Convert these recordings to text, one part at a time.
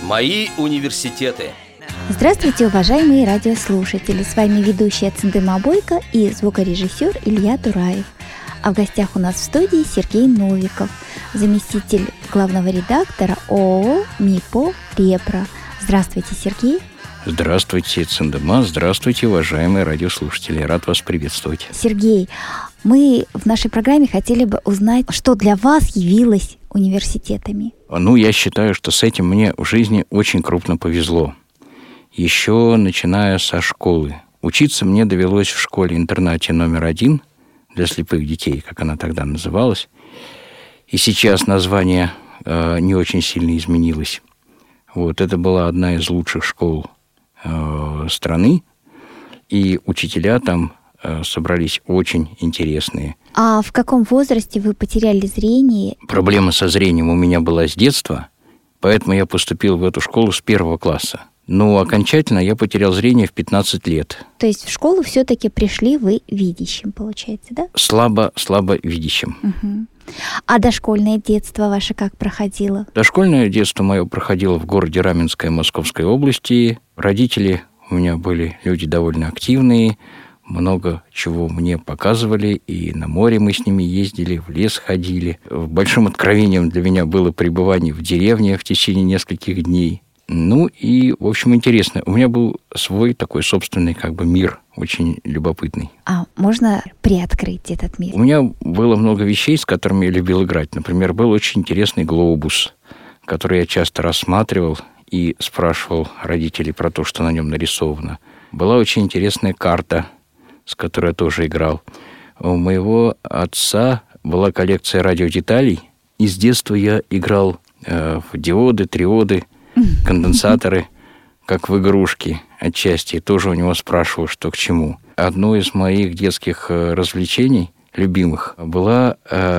Мои университеты. Здравствуйте, уважаемые радиослушатели! С вами ведущая Цендыма Бойко и звукорежиссер Илья Тураев. А в гостях у нас в студии Сергей Новиков, заместитель главного редактора ООО МИПО «Репро». Здравствуйте, Сергей! Здравствуйте, Цендыма! Здравствуйте, уважаемые радиослушатели! Рад вас приветствовать. Сергей, мы в нашей программе хотели бы узнать, что для вас явилось университетами. Я считаю, что с этим мне в жизни очень крупно повезло. Еще начиная со школы. Учиться мне довелось в школе-интернате номер 1 для слепых детей, как она тогда называлась. И сейчас название не очень сильно изменилось. Это была одна из лучших школ страны, и учителя там собрались очень интересные. А в каком возрасте вы потеряли зрение? Проблема со зрением у меня была с детства, поэтому я поступил в эту школу с 1 класса. Но окончательно я потерял зрение в 15 лет. То есть в школу все-таки пришли вы видящим, получается, да? Слабо видящим. Угу. А дошкольное детство ваше как проходило? Дошкольное детство мое проходило в городе Раменское Московской области. Родители у меня были люди довольно активные, много чего мне показывали, и на море мы с ними ездили, в лес ходили. Большим откровением для меня было пребывание в деревне в течение нескольких дней. И, в общем, интересно. У меня был свой такой собственный мир, очень любопытный. А можно приоткрыть этот мир? У меня было много вещей, с которыми я любил играть. Например, был очень интересный глобус, который я часто рассматривал и спрашивал родителей про то, что на нем нарисовано. Была очень интересная карта, с которой я тоже играл. У моего отца была коллекция радиодеталей, и с детства я играл в диоды, триоды, конденсаторы, как в игрушки отчасти. Тоже у него спрашивал, что к чему. Одно из моих детских развлечений, любимых, была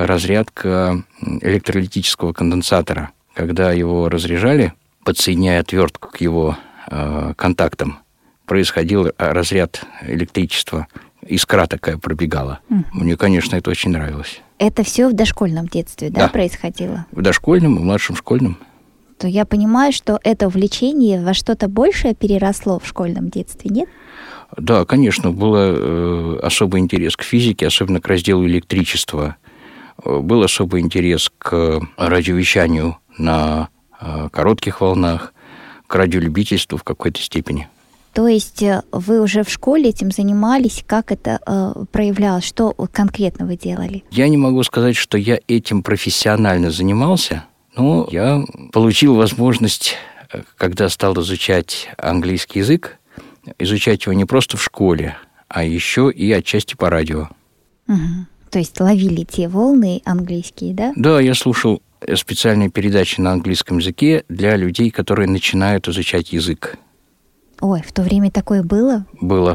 разрядка электролитического конденсатора. Когда его разряжали, подсоединяя отвертку к его контактам, происходил разряд электричества. Искра такая пробегала. Мне, конечно, это очень нравилось. Это все в дошкольном детстве, да, происходило? В дошкольном и младшем школьном. То я понимаю, что это увлечение во что-то большее переросло в школьном детстве, нет? Да, конечно, был особый интерес к физике, особенно к разделу электричества. Был особый интерес к радиовещанию на коротких волнах, к радиолюбительству в какой-то степени. То есть вы уже в школе этим занимались, как это проявлялось, что конкретно вы делали? Я не могу сказать, что я этим профессионально занимался, но я получил возможность, когда стал изучать английский язык, изучать его не просто в школе, а еще и отчасти по радио. Угу. То есть ловили те волны английские, да? Да, я слушал специальные передачи на английском языке для людей, которые начинают изучать язык. Ой, в то время такое было? Было.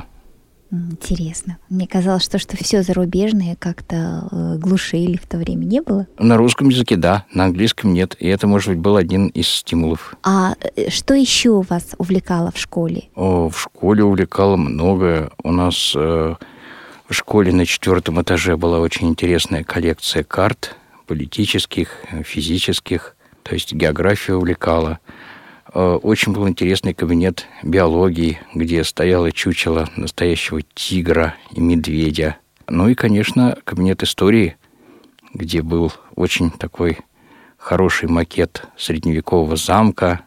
Интересно. Мне казалось, что все зарубежное как-то глушили в то время. Не было? На русском языке да, на английском нет. И это, может быть, был один из стимулов. А что еще вас увлекало в школе? В школе увлекало многое. У нас в школе на 4 этаже была очень интересная коллекция карт политических, физических. То есть география увлекала. Очень был интересный кабинет биологии, где стояло чучело настоящего тигра и медведя. И, конечно, кабинет истории, где был очень такой хороший макет средневекового замка,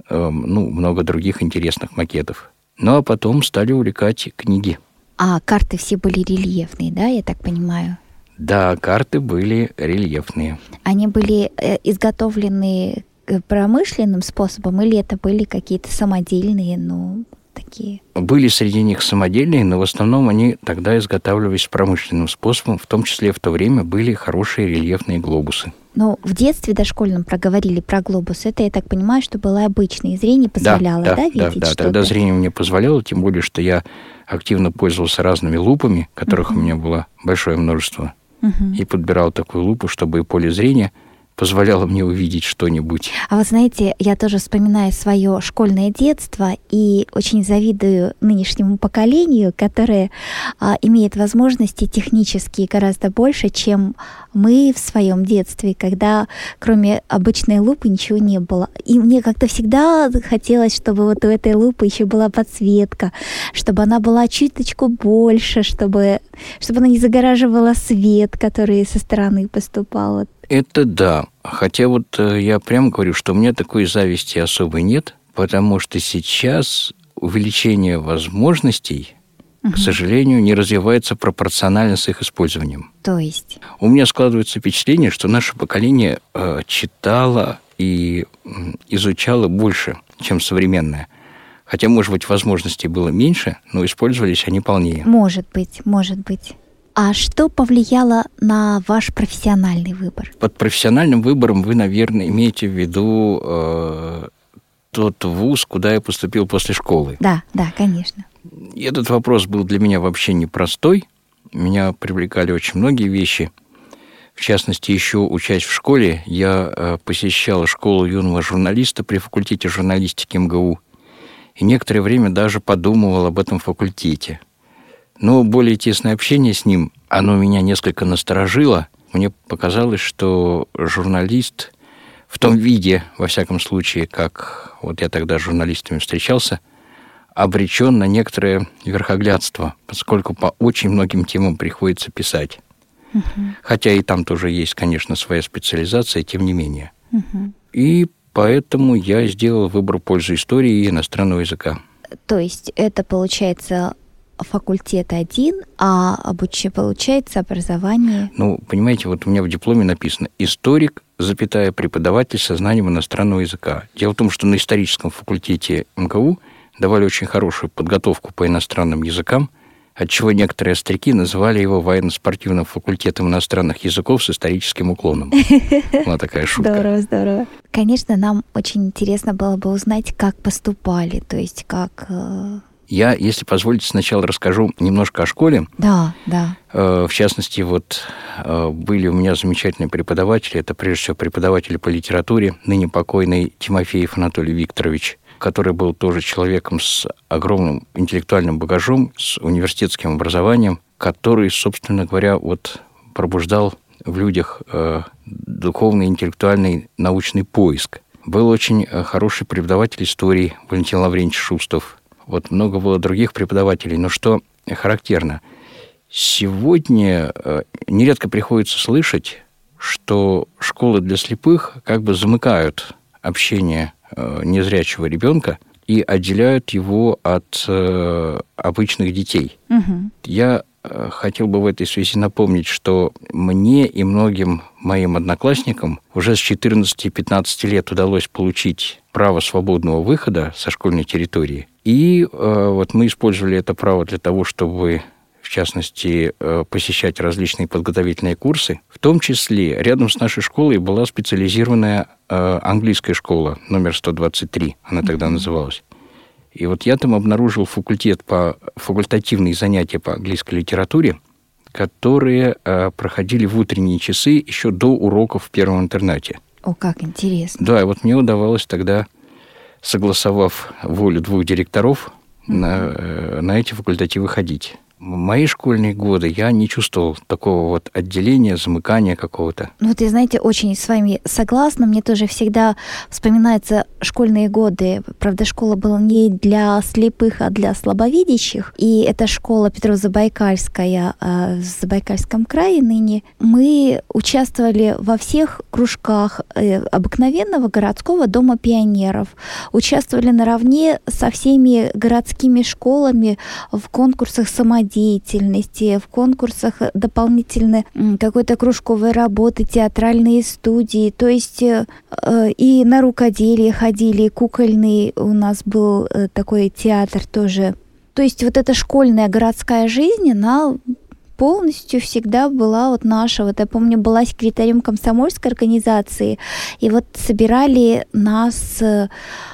много других интересных макетов. А потом стали увлекать книги. А карты все были рельефные, да, я так понимаю? Да, карты были рельефные. Они были изготовлены промышленным способом, или это были какие-то самодельные, такие? Были среди них самодельные, но в основном они тогда изготавливались промышленным способом, в том числе в то время были хорошие рельефные глобусы. Но в детстве дошкольном проговорили про глобус. Это, я так понимаю, что было обычное. Зрение позволяло, видеть что-то? Да, тогда зрение мне позволяло, тем более, что я активно пользовался разными лупами, которых у меня было большое множество, и подбирал такую лупу, чтобы и поле зрения позволяло мне увидеть что-нибудь. А вот знаете, я тоже вспоминаю свое школьное детство и очень завидую нынешнему поколению, которое имеет возможности технические гораздо больше, чем мы в своем детстве, когда кроме обычной лупы ничего не было. И мне как-то всегда хотелось, чтобы вот у этой лупы еще была подсветка, чтобы она была чуточку больше, чтобы она не загораживала свет, который со стороны поступал. Это да. Хотя вот я прямо говорю, что у меня такой зависти особой нет, потому что сейчас увеличение возможностей, к сожалению, не развивается пропорционально с их использованием. То есть? У меня складывается впечатление, что наше поколение читало и изучало больше, чем современное. Хотя, может быть, возможностей было меньше, но использовались они полнее. Может быть. А что повлияло на ваш профессиональный выбор? Под профессиональным выбором вы, наверное, имеете в виду тот вуз, куда я поступил после школы. Да, конечно. И этот вопрос был для меня вообще непростой. Меня привлекали очень многие вещи. В частности, еще учась в школе, я посещал школу юного журналиста при факультете журналистики МГУ. И некоторое время даже подумывал об этом факультете. Но более тесное общение с ним, оно меня несколько насторожило. Мне показалось, что журналист в том виде, во всяком случае, как вот я тогда с журналистами встречался, обречен на некоторое верхоглядство, поскольку по очень многим темам приходится писать. Хотя и там тоже есть, конечно, своя специализация, тем не менее. И поэтому я сделал выбор в пользу истории и иностранного языка. То есть это, получается, факультет один, а получается образование... Ну, понимаете, вот у меня в дипломе написано «Историк, преподаватель со знанием иностранного языка». Дело в том, что на историческом факультете МГУ давали очень хорошую подготовку по иностранным языкам, отчего некоторые остряки называли его военно-спортивным факультетом иностранных языков с историческим уклоном. Была такая шутка. Здорово. Конечно, нам очень интересно было бы узнать, как поступали, то есть как... Я, если позволите, сначала расскажу немножко о школе. Да. В частности, вот были у меня замечательные преподаватели. Это, прежде всего, преподаватели по литературе, ныне покойный Тимофеев Анатолий Викторович, который был тоже человеком с огромным интеллектуальным багажом, с университетским образованием, который, собственно говоря, вот пробуждал в людях духовный, интеллектуальный, научный поиск. Был очень хороший преподаватель истории Валентин Лаврентьевич Шустов. Вот много было других преподавателей. Но что характерно, сегодня нередко приходится слышать, что школы для слепых как бы замыкают общение незрячего ребенка и отделяют его от обычных детей. Я хотел бы в этой связи напомнить, что мне и многим моим одноклассникам уже с 14-15 лет удалось получить право свободного выхода со школьной территории. И вот мы использовали это право для того, чтобы, в частности, посещать различные подготовительные курсы. В том числе рядом с нашей школой была специализированная английская школа номер 123, она тогда называлась. И вот я там обнаружил факультативные занятия по английской литературе, которые проходили в утренние часы еще до уроков в первом интернате. О, как интересно. Да, и вот мне удавалось тогда, согласовав волю двух директоров, на эти факультативы ходить. В мои школьные годы я не чувствовал такого вот отделения, замыкания какого-то. Ну, вот, знаете, очень с вами согласна. Мне тоже всегда вспоминаются школьные годы. Правда, школа была не для слепых, а для слабовидящих. И эта школа Петрово-Забайкальская в Забайкальском крае ныне. Мы участвовали во всех кружках обыкновенного городского дома пионеров. Участвовали наравне со всеми городскими школами в конкурсах самодеятельности, в конкурсах дополнительной какой-то кружковой работы, театральные студии. То есть и на рукоделие ходили, кукольный у нас был такой театр тоже. То есть вот эта школьная городская жизнь, она полностью всегда была вот наша. Вот я помню, была секретарем комсомольской организации, и вот собирали нас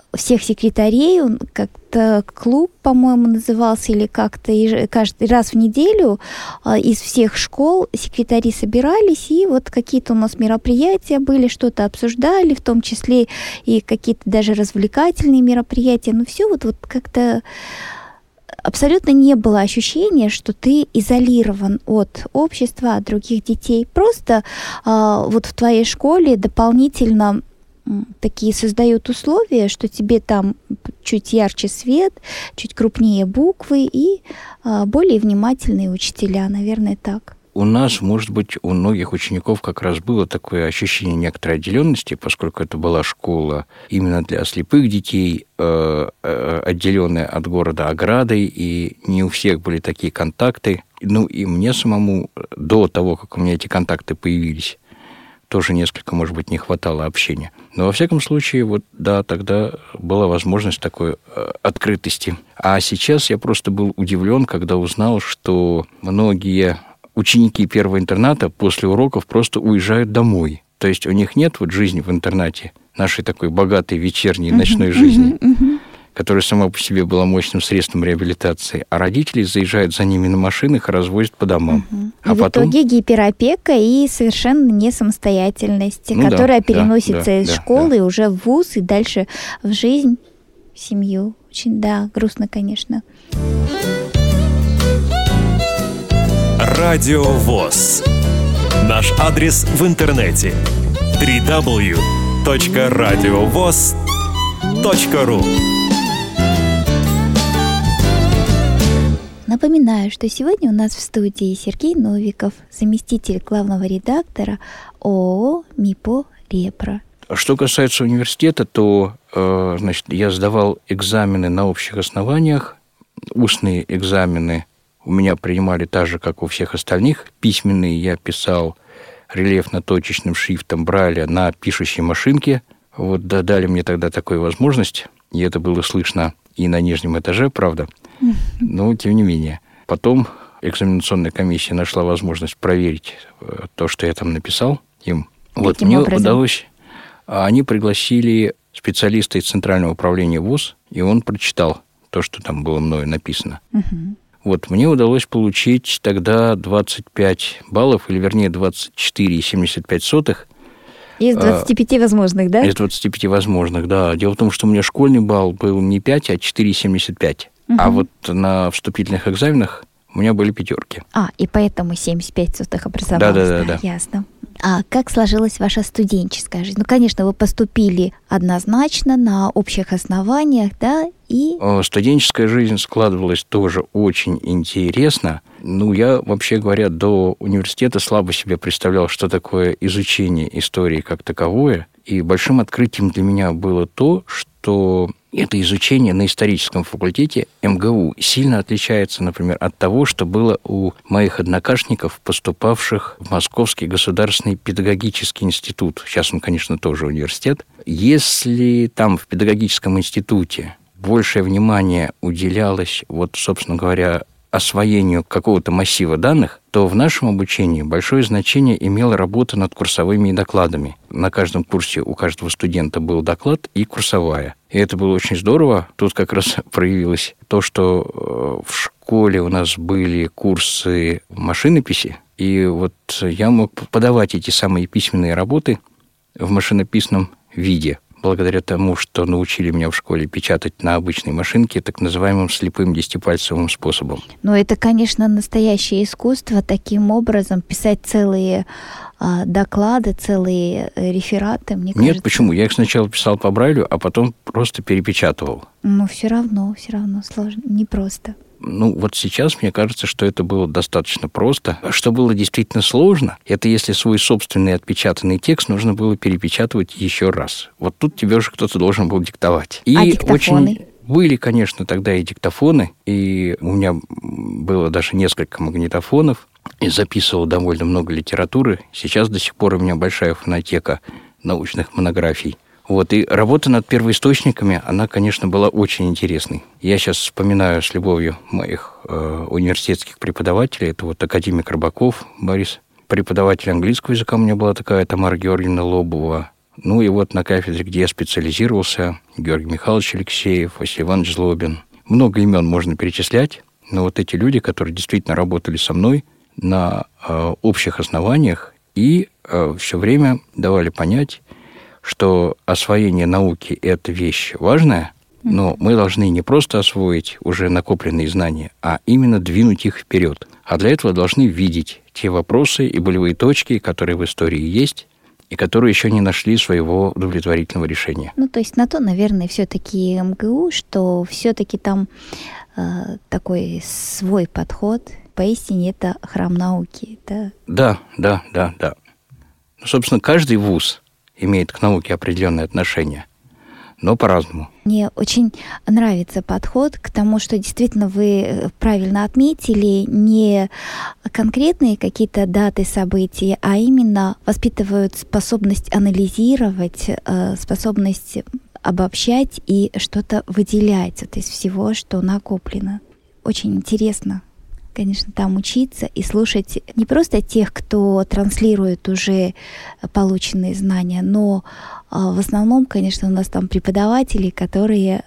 всех секретарей, он как-то клуб, по-моему, назывался, или как-то, и каждый раз в неделю из всех школ секретари собирались, и вот какие-то у нас мероприятия были, что-то обсуждали, в том числе и какие-то даже развлекательные мероприятия. Но все вот как-то абсолютно не было ощущения, что ты изолирован от общества, от других детей. Просто вот в твоей школе дополнительно такие создают условия, что тебе там чуть ярче свет, чуть крупнее буквы и более внимательные учителя, наверное, так. У нас, может быть, у многих учеников как раз было такое ощущение некоторой отделенности, поскольку это была школа именно для слепых детей, отделенная от города оградой, и не у всех были такие контакты. Ну и мне самому до того, как у меня эти контакты появились, тоже несколько, может быть, не хватало общения. Но, во всяком случае, вот да, тогда была возможность такой открытости. А сейчас я просто был удивлен, когда узнал, что многие ученики первого интерната после уроков просто уезжают домой. То есть у них нет вот жизни в интернате, нашей такой богатой вечерней ночной жизни, которая сама по себе была мощным средством реабилитации, а родители заезжают за ними на машинах и развозят по домам. И в итоге гиперопека и совершенно не самостоятельность, которая переносится из школы уже в вуз и дальше в жизнь, в семью. Очень, грустно, конечно. Радио ВОС. Наш адрес в интернете www.radiovoz.ru. Напоминаю, что сегодня у нас в студии Сергей Новиков, заместитель главного редактора ООО МИПО «Репро». Что касается университета, то я сдавал экзамены на общих основаниях, устные экзамены у меня принимали так же, как у всех остальных. Письменные я писал рельефно-точечным шрифтом Брайля на пишущей машинке. Вот дали мне тогда такую возможность, и это было слышно и на нижнем этаже, правда, но тем не менее. Потом экзаменационная комиссия нашла возможность проверить то, что я там написал им. Вот мне удалось. Они пригласили специалиста из Центрального управления ВУЗ, и он прочитал то, что там было мною написано. Вот, мне удалось получить тогда 25 баллов, или вернее 24,75. Из 25 возможных, да? Из 25 возможных, да. Дело в том, что у меня школьный балл был не 5, а 4,75. А вот на вступительных экзаменах у меня были пятерки. И поэтому 75 образовалось. Да, ясно. А как сложилась ваша студенческая жизнь? Ну, конечно, вы поступили однозначно на общих основаниях, да? И студенческая жизнь складывалась тоже очень интересно. Ну, я, вообще говоря, до университета слабо себе представлял, что такое изучение истории как таковое. И большим открытием для меня было то, что это изучение на историческом факультете МГУ сильно отличается, например, от того, что было у моих однокашников, поступавших в Московский государственный педагогический институт. Сейчас он, конечно, тоже университет. Если там в педагогическом институте большее внимание уделялось, вот, собственно говоря, освоению какого-то массива данных, то в нашем обучении большое значение имела работа над курсовыми докладами. На каждом курсе у каждого студента был доклад и курсовая. И это было очень здорово. Тут как раз проявилось то, что в школе у нас были курсы машинописи, и вот я мог подавать эти самые письменные работы в машинописном виде, благодаря тому, что научили меня в школе печатать на обычной машинке так называемым слепым 10-пальцевым способом. Ну, это, конечно, настоящее искусство, таким образом писать целые доклады, целые рефераты, мне кажется. Нет, почему? Я их сначала писал по Брайлю, а потом просто перепечатывал. Ну, все равно сложно, непросто. Ну, вот сейчас мне кажется, что это было достаточно просто. Что было действительно сложно, это если свой собственный отпечатанный текст нужно было перепечатывать еще раз. Вот тут тебе уже кто-то должен был диктовать. И диктофоны? Были, конечно, тогда и диктофоны, и у меня было даже несколько магнитофонов, и записывал довольно много литературы. Сейчас до сих пор у меня большая фонотека научных монографий. Вот, и работа над первоисточниками, она, конечно, была очень интересной. Я сейчас вспоминаю с любовью моих университетских преподавателей. Это вот академик Рыбаков Борис, преподаватель английского языка у меня была такая Тамара Георгиевна Лобова, Ну и вот на кафедре, где я специализировался, Георгий Михайлович Алексеев, Василий Иванович Злобин. Много имен можно перечислять, но вот эти люди, которые действительно работали со мной на общих основаниях и все время давали понять, что освоение науки – это вещь важная, но мы должны не просто освоить уже накопленные знания, а именно двинуть их вперед. А для этого должны видеть те вопросы и болевые точки, которые в истории есть, и которые еще не нашли своего удовлетворительного решения. Ну, то есть на то, наверное, все-таки МГУ, что все-таки там такой свой подход. Поистине это храм науки. Да? Да. Ну, собственно, каждый вуз имеет к науке определенное отношение, но по-разному. Мне очень нравится подход к тому, что действительно вы правильно отметили не конкретные какие-то даты, события, а именно воспитывают способность анализировать, способность обобщать и что-то выделять вот из всего, что накоплено. Очень интересно, конечно, там учиться и слушать не просто тех, кто транслирует уже полученные знания, но в основном, конечно, у нас там преподаватели, которые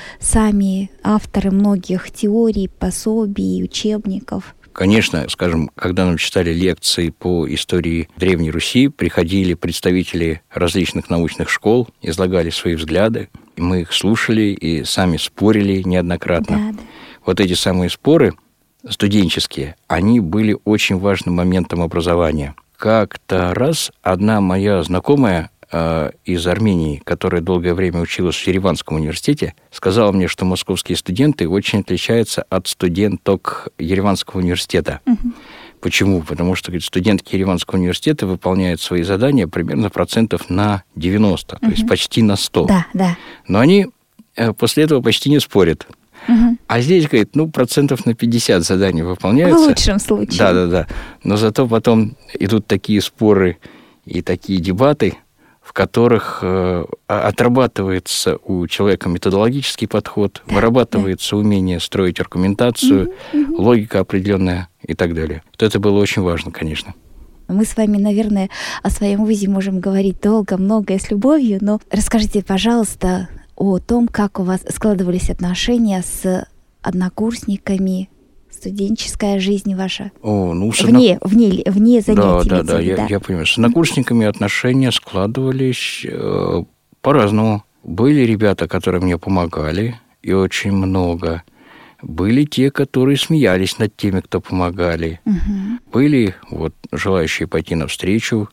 сами авторы многих теорий, пособий, учебников. Конечно, скажем, когда нам читали лекции по истории Древней Руси, приходили представители различных научных школ, излагали свои взгляды, и мы их слушали и сами спорили неоднократно. Да. Вот эти самые споры студенческие, они были очень важным моментом образования. Как-то раз одна моя знакомая из Армении, которая долгое время училась в Ереванском университете, сказала мне, что московские студенты очень отличаются от студенток Ереванского университета. Почему? Потому что, говорит, студентки Ереванского университета выполняют свои задания примерно процентов на 90, то есть почти на 100. Да. Но они после этого почти не спорят. А здесь, говорит, процентов на 50 заданий выполняются. В лучшем случае. Да. Но зато потом идут такие споры и такие дебаты, в которых отрабатывается у человека методологический подход, вырабатывается умение строить аргументацию, логика определенная и так далее. Вот это было очень важно, конечно. Мы с вами, наверное, о своем вузе можем говорить долго, много и с любовью, но расскажите, пожалуйста, о том, как у вас складывались отношения с однокурсниками, студенческая жизнь ваша. Вне занятий. Да, я понимаю. С однокурсниками отношения складывались по-разному. Были ребята, которые мне помогали, и очень много. Были те, которые смеялись над теми, кто помогали. Были желающие пойти навстречу.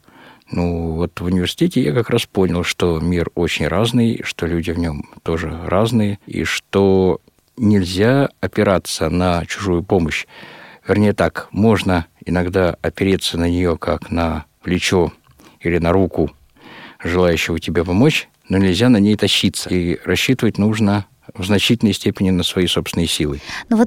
В университете я как раз понял, что мир очень разный, что люди в нем тоже разные, и что нельзя опираться на чужую помощь. Вернее так, можно иногда опереться на нее как на плечо или на руку желающего тебе помочь, но нельзя на ней тащиться. И рассчитывать нужно в значительной степени на свои собственные силы.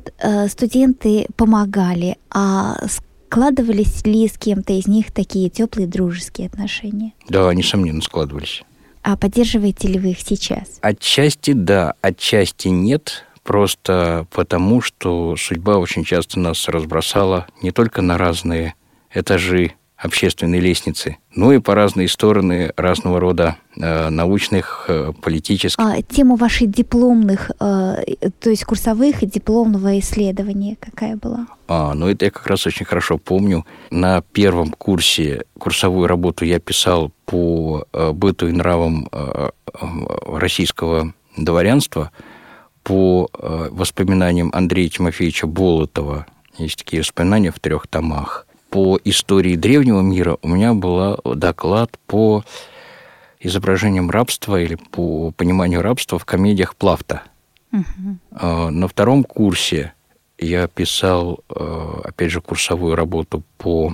Студенты помогали, а складывались ли с кем-то из них такие теплые дружеские отношения? Да, несомненно, складывались. А поддерживаете ли вы их сейчас? Отчасти да, отчасти нет. Просто потому, что судьба очень часто нас разбросала не только на разные этажи общественной лестницы, но и по разные стороны разного рода научных, политических. Тема ваших дипломных, то есть курсовых и дипломного исследования какая была? Это я как раз очень хорошо помню. На первом курсе курсовую работу я писал по быту и нравам российского дворянства, по воспоминаниям Андрея Тимофеевича Болотова. Есть такие воспоминания в 3 томах. По истории древнего мира у меня был доклад по изображениям рабства или по пониманию рабства в комедиях Плафта. На 2 курсе я писал, опять же, курсовую работу по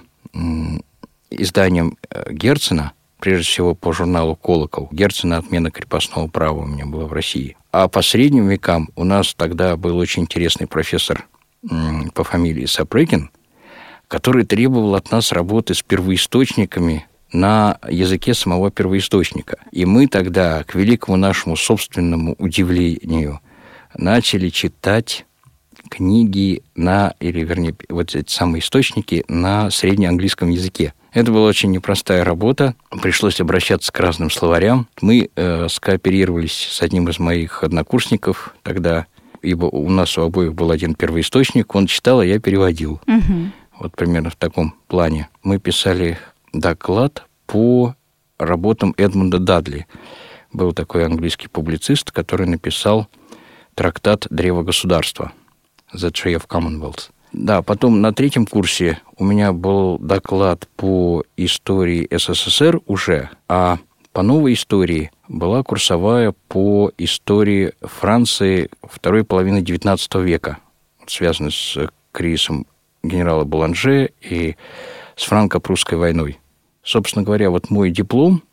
изданиям Герцена, прежде всего по журналу «Колокол». Герцена «Отмена крепостного права» у меня была в России. А по средним векам у нас тогда был очень интересный профессор по фамилии Сапрыкин, который требовал от нас работы с первоисточниками на языке самого первоисточника. И мы тогда, к великому нашему собственному удивлению, начали читать книги эти самые источники на среднеанглийском языке. Это была очень непростая работа. Пришлось обращаться к разным словарям. Мы скооперировались с одним из моих однокурсников тогда, ибо у нас у обоих был один первоисточник. Он читал, а я переводил. Вот примерно в таком плане. Мы писали доклад по работам Эдмунда Дадли. Был такой английский публицист, который написал трактат «Древо государства» «The Tree of Commonwealth». Да, потом на 3-м курсе у меня был доклад по истории СССР уже, а по новой истории была курсовая по истории Франции второй половины XIX века, связанной с кризисом генерала Буланже и с франко-прусской войной. Собственно говоря, вот мой диплом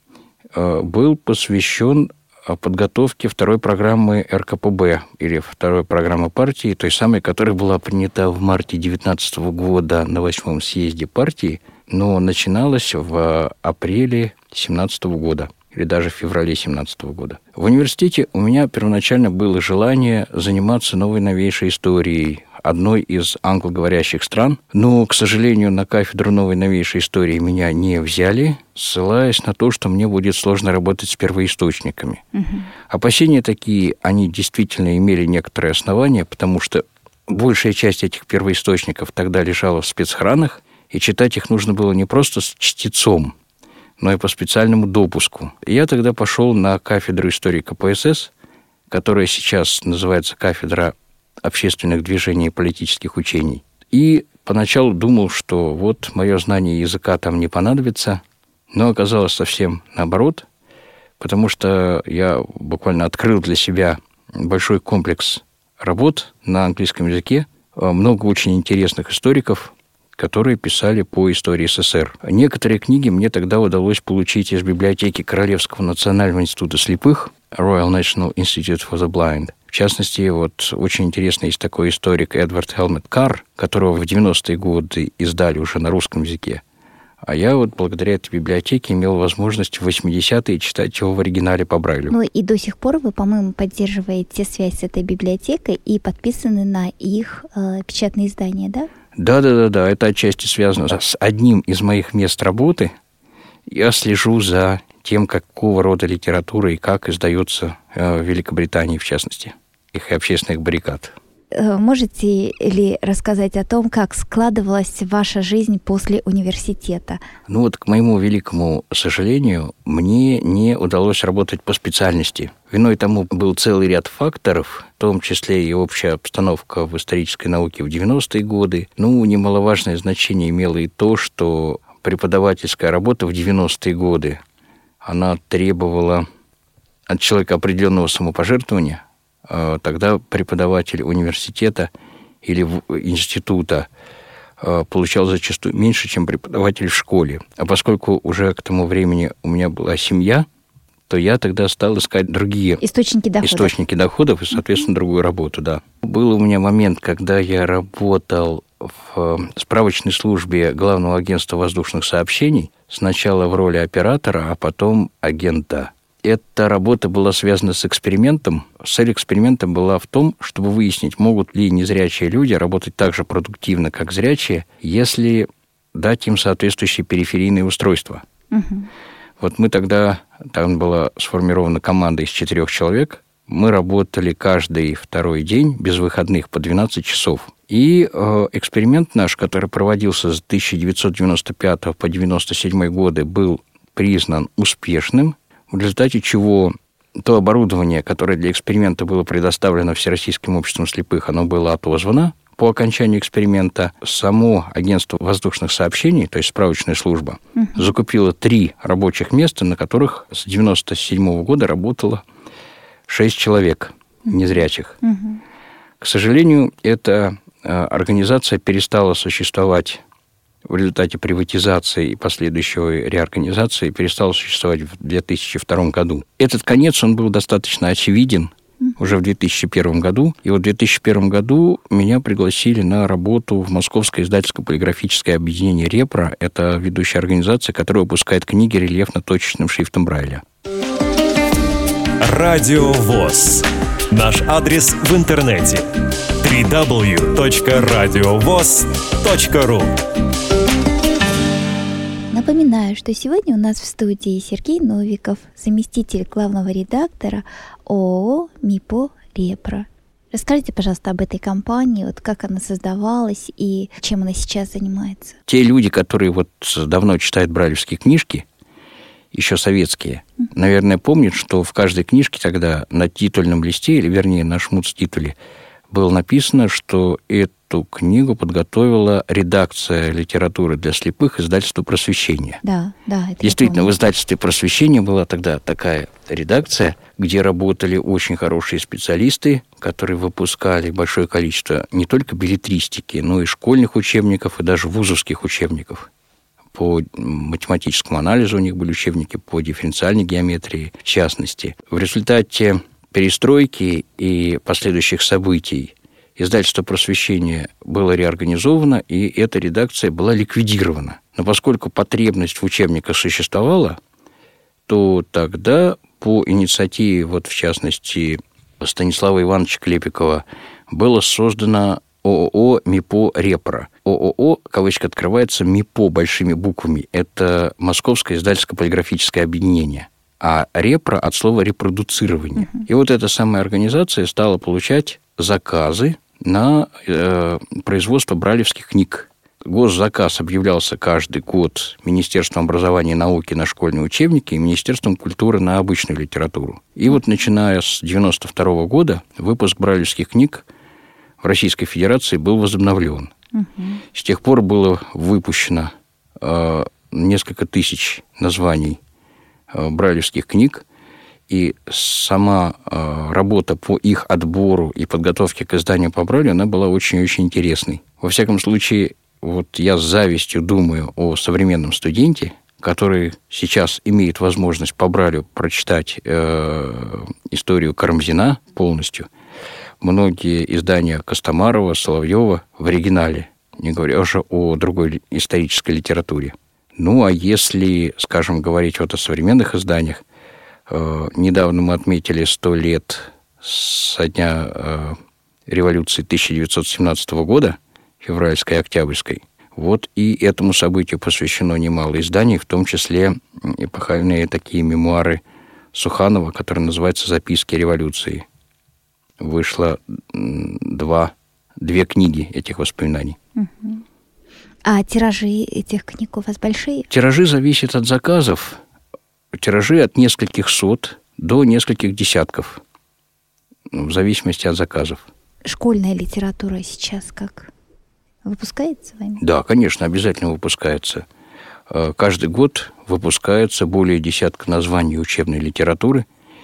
был посвящен подготовке второй программы РКПБ, или второй программы партии, той самой, которая была принята в марте 19 года на 8-м съезде партии, но начиналась в апреле 17 года, или даже в феврале 17 года. В университете у меня первоначально было желание заниматься новой новейшей историей одной из англоговорящих стран, но, к сожалению, на кафедру новой новейшей истории меня не взяли, ссылаясь на то, что мне будет сложно работать с первоисточниками. Опасения такие, они действительно имели некоторые основания, потому что большая часть этих первоисточников тогда лежала в спецхранах, и читать их нужно было не просто с чтецом, но и по специальному допуску. И я тогда пошел на кафедру истории КПСС, которая сейчас называется кафедра общественных движений и политических учений. И поначалу думал, что вот мое знание языка там не понадобится, но оказалось совсем наоборот, потому что я буквально открыл для себя большой комплекс работ на английском языке, много очень интересных историков, которые писали по истории СССР. Некоторые книги мне тогда удалось получить из библиотеки Королевского национального института слепых, Royal National Institute for the Blind. В частности, вот очень интересный есть такой историк Эдвард Хелмет Карр, которого в 90-е годы издали уже на русском языке. А я вот благодаря этой библиотеке имел возможность в 80-е читать его в оригинале по Брайлю. Ну и до сих пор вы, по-моему, поддерживаете связь с этой библиотекой и подписаны на их печатные издания, да? Да. Это отчасти связано с одним из моих мест работы. Я слежу за тем, какого рода литература и как издается в Великобритании, в частности, их общественных баррикад. Можете ли рассказать о том, как складывалась ваша жизнь после университета? Ну вот, к моему великому сожалению, мне не удалось работать по специальности. Виной тому был целый ряд факторов, в том числе и общая обстановка в исторической науке в 90-е годы. Ну, немаловажное значение имело и то, что преподавательская работа в 90-е годы, она требовала от человека определенного самопожертвования. Тогда преподаватель университета или института получал зачастую меньше, чем преподаватель в школе. А поскольку уже к тому времени у меня была семья, то я тогда стал искать другие источники доходов и, соответственно, другую работу, да. Был у меня момент, когда я работал в справочной службе Главного агентства воздушных сообщений, сначала в роли оператора, а потом агента. Эта работа была связана с экспериментом. Цель эксперимента была в том, чтобы выяснить, могут ли незрячие люди работать так же продуктивно, как зрячие, если дать им соответствующие периферийные устройства. Вот мы тогда, там была сформирована команда из 4 человек, мы работали каждый второй день, без выходных, по 12 часов. И эксперимент наш, который проводился с 1995 по 1997 годы, был признан успешным, в результате чего то оборудование, которое для эксперимента было предоставлено Всероссийским обществом слепых, оно было отозвано. По окончании эксперимента само агентство воздушных сообщений, то есть справочная служба, закупило 3 рабочих места, на которых с 1997 года работало 6 человек незрячих. К сожалению, эта организация перестала существовать в результате приватизации и последующей реорганизации, перестала существовать в 2002 году. Этот конец, он был достаточно очевиден уже в 2001 году. И вот в 2001 году меня пригласили на работу в Московское издательско-полиграфическое объединение «Репро». Это ведущая организация, которая выпускает книги рельефно-точечным шрифтом Брайля. Радио ВОС. Наш адрес в интернете www.radiovoz.ru. Напоминаю, что сегодня у нас в студии Сергей Новиков, заместитель главного редактора ООО «МИПО Репро». Расскажите, пожалуйста, об этой компании, вот как она создавалась и чем она сейчас занимается. Те люди, которые вот давно читают брайлевские книжки, еще советские, наверное, помнят, что в каждой книжке тогда на титульном листе, или вернее на шмуц-титуле, было написано, что эту книгу подготовила редакция литературы для слепых издательства «Просвещение». Да, это действительно, в издательстве «Просвещение» была тогда такая редакция, где работали очень хорошие специалисты, которые выпускали большое количество не только беллетристики, но и школьных учебников, и даже вузовских учебников. По математическому анализу у них были учебники, по дифференциальной геометрии в частности. В результате перестройки и последующих событий издательство «Просвещение» было реорганизовано, и эта редакция была ликвидирована. Но поскольку потребность в учебниках существовала, то тогда по инициативе, вот в частности, Станислава Ивановича Клепикова, было создано ООО «МИПО Репро». ООО, кавычка открывается, МИПО большими буквами. Это Московское издательско-полиграфическое объединение. А репро от слова репродуцирование. И вот эта самая организация стала получать заказы на производство брайлевских книг. Госзаказ объявлялся каждый год Министерством образования и науки на школьные учебники и Министерством культуры на обычную литературу. И вот начиная с 1992 года выпуск брайлевских книг в Российской Федерации был возобновлен. С тех пор было выпущено несколько тысяч названий брайлевских книг, и сама работа по их отбору и подготовке к изданию по Брайлю, она была очень-очень интересной. Во всяком случае, вот я с завистью думаю о современном студенте, который сейчас имеет возможность по Брайлю прочитать историю Карамзина полностью. Многие издания Костомарова, Соловьева в оригинале, не говоря уже о другой исторической литературе. Ну, а если, скажем, говорить вот о современных изданиях, недавно мы отметили 100 лет со дня революции 1917 года, февральской и октябрьской. Вот и этому событию посвящено немало изданий, в том числе эпохальные такие мемуары Суханова, которые называются «Записки революции». Вышло две книги этих воспоминаний. А тиражи этих книг у вас большие? Тиражи зависят от заказов. Тиражи от нескольких сот до нескольких десятков, в зависимости от заказов. Школьная литература сейчас как? Выпускается вами? Да, конечно, обязательно выпускается. Каждый год выпускается более десятка названий учебной литературы.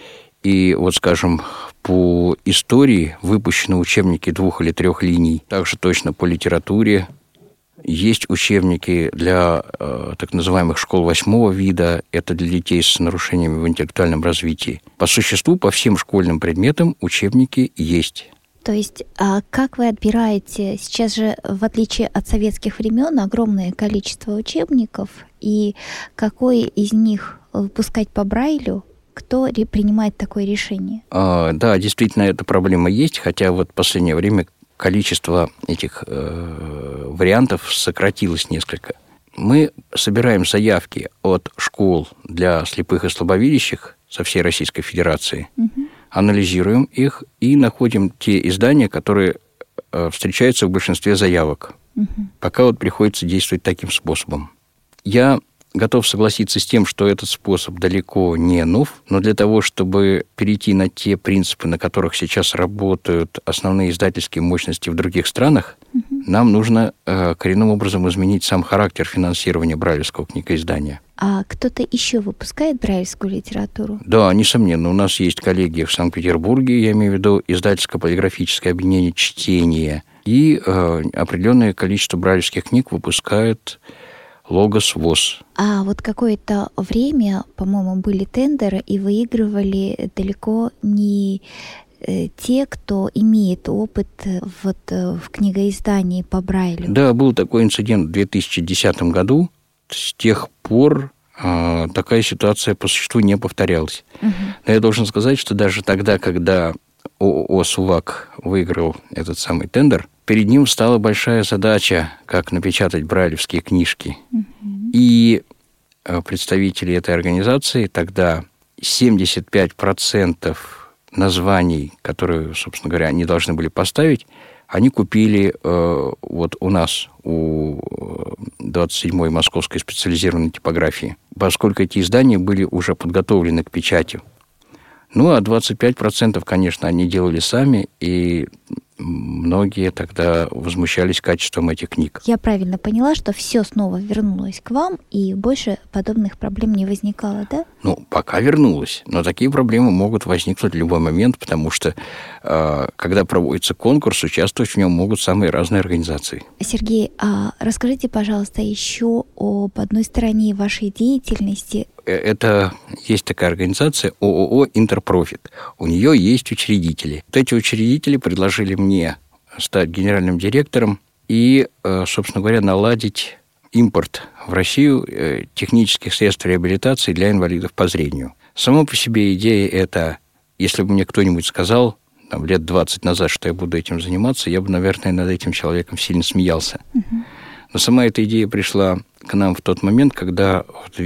И вот, скажем, по истории выпущены учебники 2 или 3 линий. Также точно по литературе. Есть учебники для так называемых школ 8 вида. Это для детей с нарушениями в интеллектуальном развитии. По существу, по всем школьным предметам учебники есть. То есть, а как вы отбираете? Сейчас же, в отличие от советских времен, огромное количество учебников. И какой из них выпускать по Брайлю? Кто принимает такое решение? Да, действительно, эта проблема есть. Хотя вот в последнее время количество этих вариантов сократилось несколько. Мы собираем заявки от школ для слепых и слабовидящих со всей Российской Федерации, анализируем их и находим те издания, которые встречаются в большинстве заявок. Пока вот приходится действовать таким способом. Я готов согласиться с тем, что этот способ далеко не нов, но для того, чтобы перейти на те принципы, на которых сейчас работают основные издательские мощности в других странах, нам нужно коренным образом изменить сам характер финансирования брайлевского книгоиздания. А кто-то еще выпускает брайлевскую литературу? Да, несомненно. У нас есть коллеги в Санкт-Петербурге, я имею в виду издательско-полиграфическое объединение «Чтение», и определенное количество брайлевских книг выпускает Логос ВОС. А вот какое-то время, по-моему, были тендеры, и выигрывали далеко не те, кто имеет опыт вот в книгоиздании по Брайлю. Да, был такой инцидент в 2010 году. С тех пор такая ситуация по существу не повторялась. Но я должен сказать, что даже тогда, когда ООО «Сувак» выиграл этот самый тендер, перед ним стала большая задача, как напечатать брайлевские книжки. И представителей этой организации тогда 75% названий, которые, собственно говоря, они должны были поставить, они купили вот у нас, у 27-й Московской специализированной типографии, поскольку эти издания были уже подготовлены к печати. Ну, а 25%, конечно, они делали сами, и многие тогда возмущались качеством этих книг. Я правильно поняла, что все снова вернулось к вам, и больше подобных проблем не возникало, да? Ну, пока вернулось. Но такие проблемы могут возникнуть в любой момент, потому что, когда проводится конкурс, участвовать в нем могут самые разные организации. Сергей, а расскажите, пожалуйста, еще об одной стороне вашей деятельности. Это есть такая организация ООО «Интерпрофит». У нее есть учредители. Вот эти учредители предложили мне стать генеральным директором и, собственно говоря, наладить импорт в Россию технических средств реабилитации для инвалидов по зрению. Сама по себе идея эта, если бы мне кто-нибудь сказал лет 20 назад, что я буду этим заниматься, я бы, наверное, над этим человеком сильно смеялся. Но сама эта идея пришла к нам в тот момент, когда в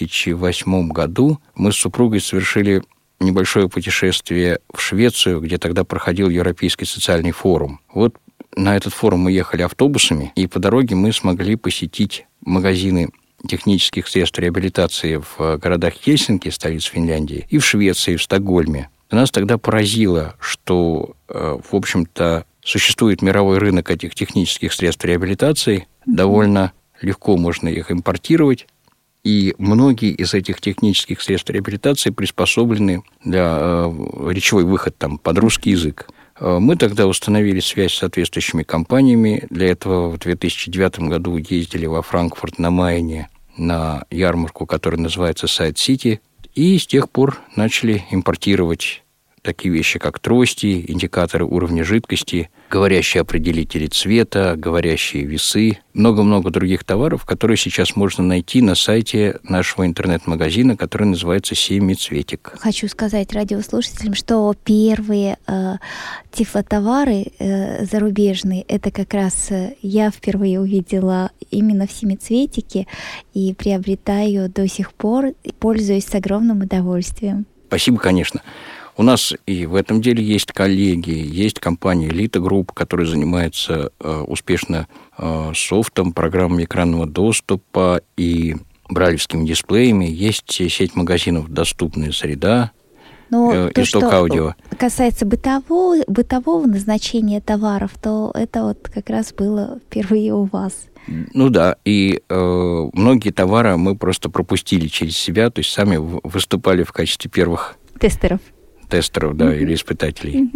2008 году мы с супругой совершили небольшое путешествие в Швецию, где тогда проходил Европейский социальный форум. Вот на этот форум мы ехали автобусами, и по дороге мы смогли посетить магазины технических средств реабилитации в городах Хельсинки, столице Финляндии, и в Швеции, и в Стокгольме. Нас тогда поразило, что, в общем-то, существует мировой рынок этих технических средств реабилитации, довольно легко можно их импортировать, и многие из этих технических средств реабилитации приспособлены для речевой выход под русский язык. Мы тогда установили связь с соответствующими компаниями. Для этого в 2009 году ездили во Франкфурт на Майне на ярмарку, которая называется Side City, и с тех пор начали импортировать такие вещи, как трости, индикаторы уровня жидкости, говорящие определители цвета, говорящие весы, много-много других товаров, которые сейчас можно найти на сайте нашего интернет-магазина, который называется «Семицветик». Хочу сказать радиослушателям, что первые тифлотовары зарубежные, это как раз я впервые увидела именно в «Семицветике» и приобретаю до сих пор, пользуюсь с огромным удовольствием. Спасибо, конечно. У нас и в этом деле есть коллеги, есть компания «Элита Групп», которая занимается успешно софтом, программами экранного доступа и брайлевскими дисплеями. Есть сеть магазинов «Доступная среда», «Исток Аудио». Касается бытового назначения товаров, то это вот как раз было впервые у вас. Ну да, и многие товары мы просто пропустили через себя, то есть сами выступали в качестве первых тестеров, да, или испытателей.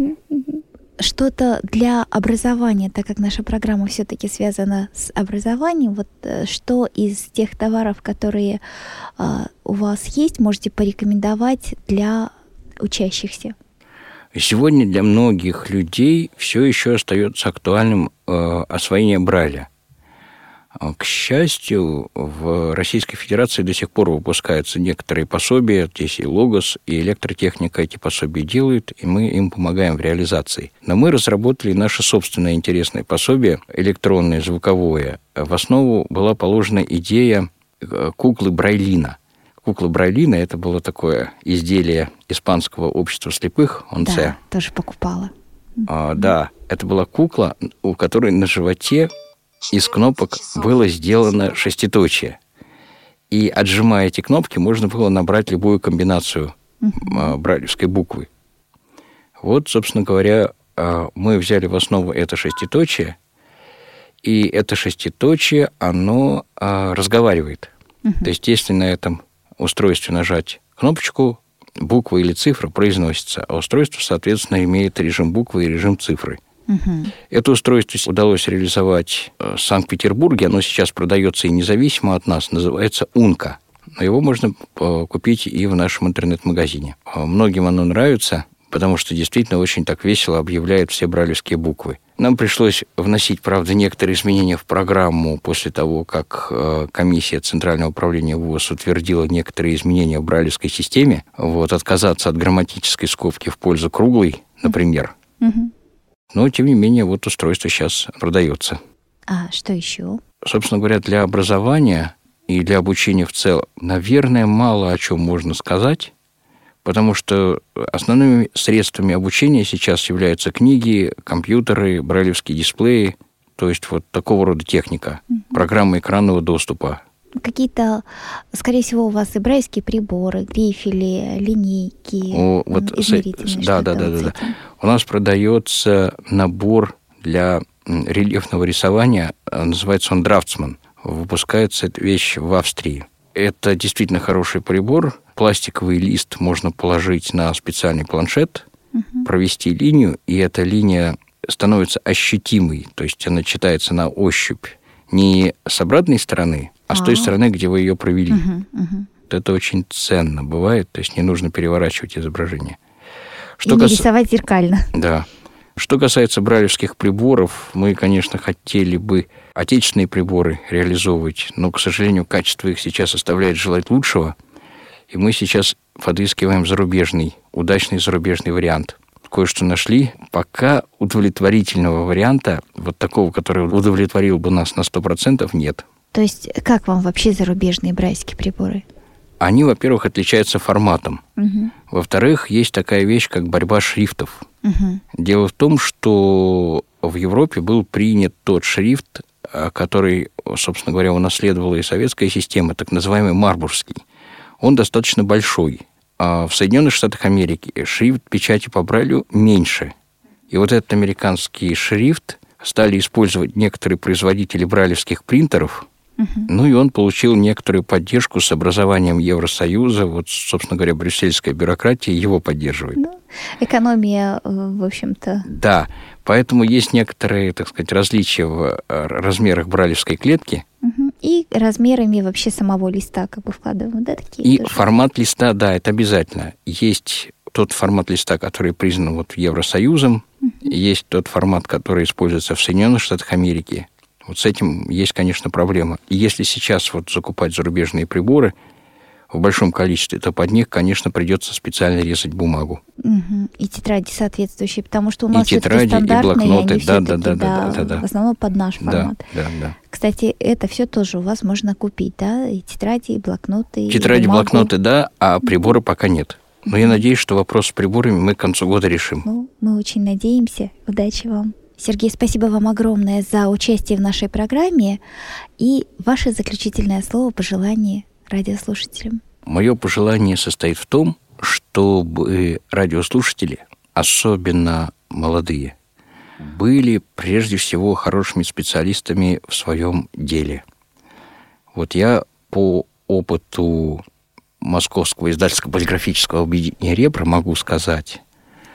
Что-то для образования, так как наша программа все-таки связана с образованием, вот что из тех товаров, которые у вас есть, можете порекомендовать для учащихся? Сегодня для многих людей все еще остается актуальным освоение Брайля. К счастью, в Российской Федерации до сих пор выпускаются некоторые пособия, здесь и Логос, и электротехника эти пособия делают, и мы им помогаем в реализации. Но мы разработали наше собственное интересное пособие, электронное, звуковое. В основу была положена идея куклы Брайлина. Кукла Брайлина – это было такое изделие Испанского общества слепых, ОНЦ. Да, тоже покупала. Да, это была кукла, у которой на животе из кнопок было сделано шеститочие. И, отжимая эти кнопки, можно было набрать любую комбинацию брайлевской буквы. Вот, собственно говоря, мы взяли в основу это шеститочие, и это шеститочие, оно разговаривает. То есть, если на этом устройстве нажать кнопочку, буква или цифра произносится, а устройство, соответственно, имеет режим буквы и режим цифры. Это устройство удалось реализовать в Санкт-Петербурге. Оно сейчас продается и независимо от нас. Называется «Унка». Но его можно купить и в нашем интернет-магазине. Многим оно нравится, потому что действительно очень так весело объявляет все брайлевские буквы. Нам пришлось вносить, правда, некоторые изменения в программу после того, как комиссия Центрального управления ВОС утвердила некоторые изменения в брайлевской системе. Отказаться от грамматической скобки в пользу круглой, например. Но, тем не менее, устройство сейчас продается. А что еще? Собственно говоря, для образования и для обучения в целом, наверное, мало о чем можно сказать, потому что основными средствами обучения сейчас являются книги, компьютеры, брайлевские дисплеи, то есть вот такого рода техника, программы экранного доступа. Какие-то, скорее всего, у вас и брайлевские приборы, грифели, линейки, измерительные. Да. У нас продается набор для рельефного рисования, называется он «Драфтсман». Выпускается эта вещь в Австрии. Это действительно хороший прибор. Пластиковый лист можно положить на специальный планшет, провести линию, и эта линия становится ощутимой, то есть она читается на ощупь не с обратной стороны, а с той стороны, где вы ее провели. Это очень ценно бывает, то есть не нужно переворачивать изображение. Рисовать зеркально. Да. Что касается брайлевских приборов, мы, конечно, хотели бы отечественные приборы реализовывать, но, к сожалению, качество их сейчас оставляет желать лучшего, и мы сейчас подыскиваем удачный зарубежный вариант. Кое-что нашли. Пока удовлетворительного варианта, вот такого, который удовлетворил бы нас на 100%, нет. То есть как вам вообще зарубежные брайлевские приборы? Они, во-первых, отличаются форматом. Во-вторых, есть такая вещь, как борьба шрифтов. Дело в том, что в Европе был принят тот шрифт, который, собственно говоря, унаследовала и советская система, так называемый марбургский. Он достаточно большой. А в Соединенных Штатах Америки шрифт печати по Брайлю меньше. И вот этот американский шрифт стали использовать некоторые производители брайлевских принтеров, ну и он получил некоторую поддержку с образованием Евросоюза. Вот, собственно говоря, брюссельская бюрократия его поддерживает. Экономия, в общем-то. Да, поэтому есть некоторые, так сказать, различия в размерах брайлевской клетки. И размерами вообще самого листа как бы вкладываем, да, такие И тоже. формат листа, да, это обязательно. Есть тот формат листа, который признан вот Евросоюзом, есть тот формат, который используется в Соединенных Штатах Америки. Вот с этим есть, конечно, проблема. И если сейчас вот закупать зарубежные приборы в большом количестве, то под них, конечно, придется специально резать бумагу. И тетради соответствующие, потому что у нас и тетради, стандартные, и блокноты, да, в основном под наш формат. Да. Кстати, это все тоже у вас можно купить, да? И тетради, и блокноты, Тетради, и бумагу. блокноты, да, а приборы пока нет. Но я надеюсь, что вопрос с приборами мы к концу года решим. Ну, мы очень надеемся. Удачи вам. Сергей, спасибо вам огромное за участие в нашей программе и ваше заключительное слово, пожелание радиослушателям. Мое пожелание состоит в том, чтобы радиослушатели, особенно молодые, были прежде всего хорошими специалистами в своем деле. Вот я по опыту Московского издательско-полиграфического объединения «Репро» могу сказать,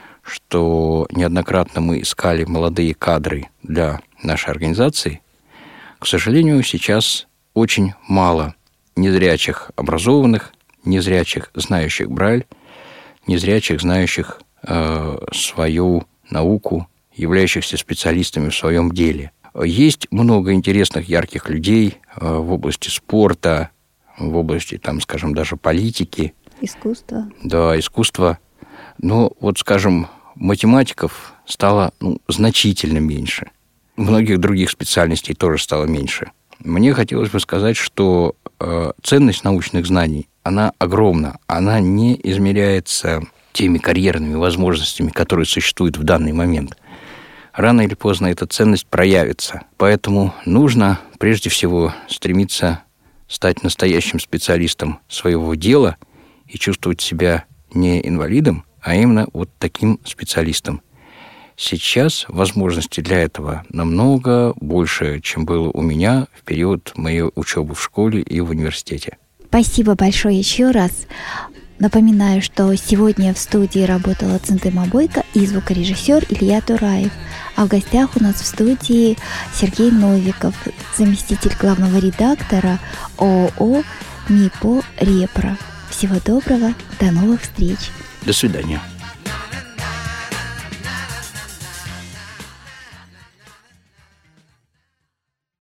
что неоднократно мы искали молодые кадры для нашей организации. К сожалению, сейчас очень мало незрячих образованных, незрячих, знающих Брайль, незрячих, знающих свою науку, являющихся специалистами в своем деле. Есть много интересных, ярких людей в области спорта, в области, там, скажем, даже политики. Искусство. Да, искусство. Но, вот, скажем, математиков стало значительно меньше. Многих других специальностей тоже стало меньше. Мне хотелось бы сказать, что ценность научных знаний, она огромна. Она не измеряется теми карьерными возможностями, которые существуют в данный момент. Рано или поздно эта ценность проявится. Поэтому нужно, прежде всего, стремиться стать настоящим специалистом своего дела и чувствовать себя не инвалидом, а именно вот таким специалистом. Сейчас возможностей для этого намного больше, чем было у меня в период моей учебы в школе и в университете. Спасибо большое еще раз. Напоминаю, что сегодня в студии работала Центыма Бойко и звукорежиссер Илья Тураев. А в гостях у нас в студии Сергей Новиков, заместитель главного редактора ООО МИПО «Репро». Всего доброго, до новых встреч. До свидания.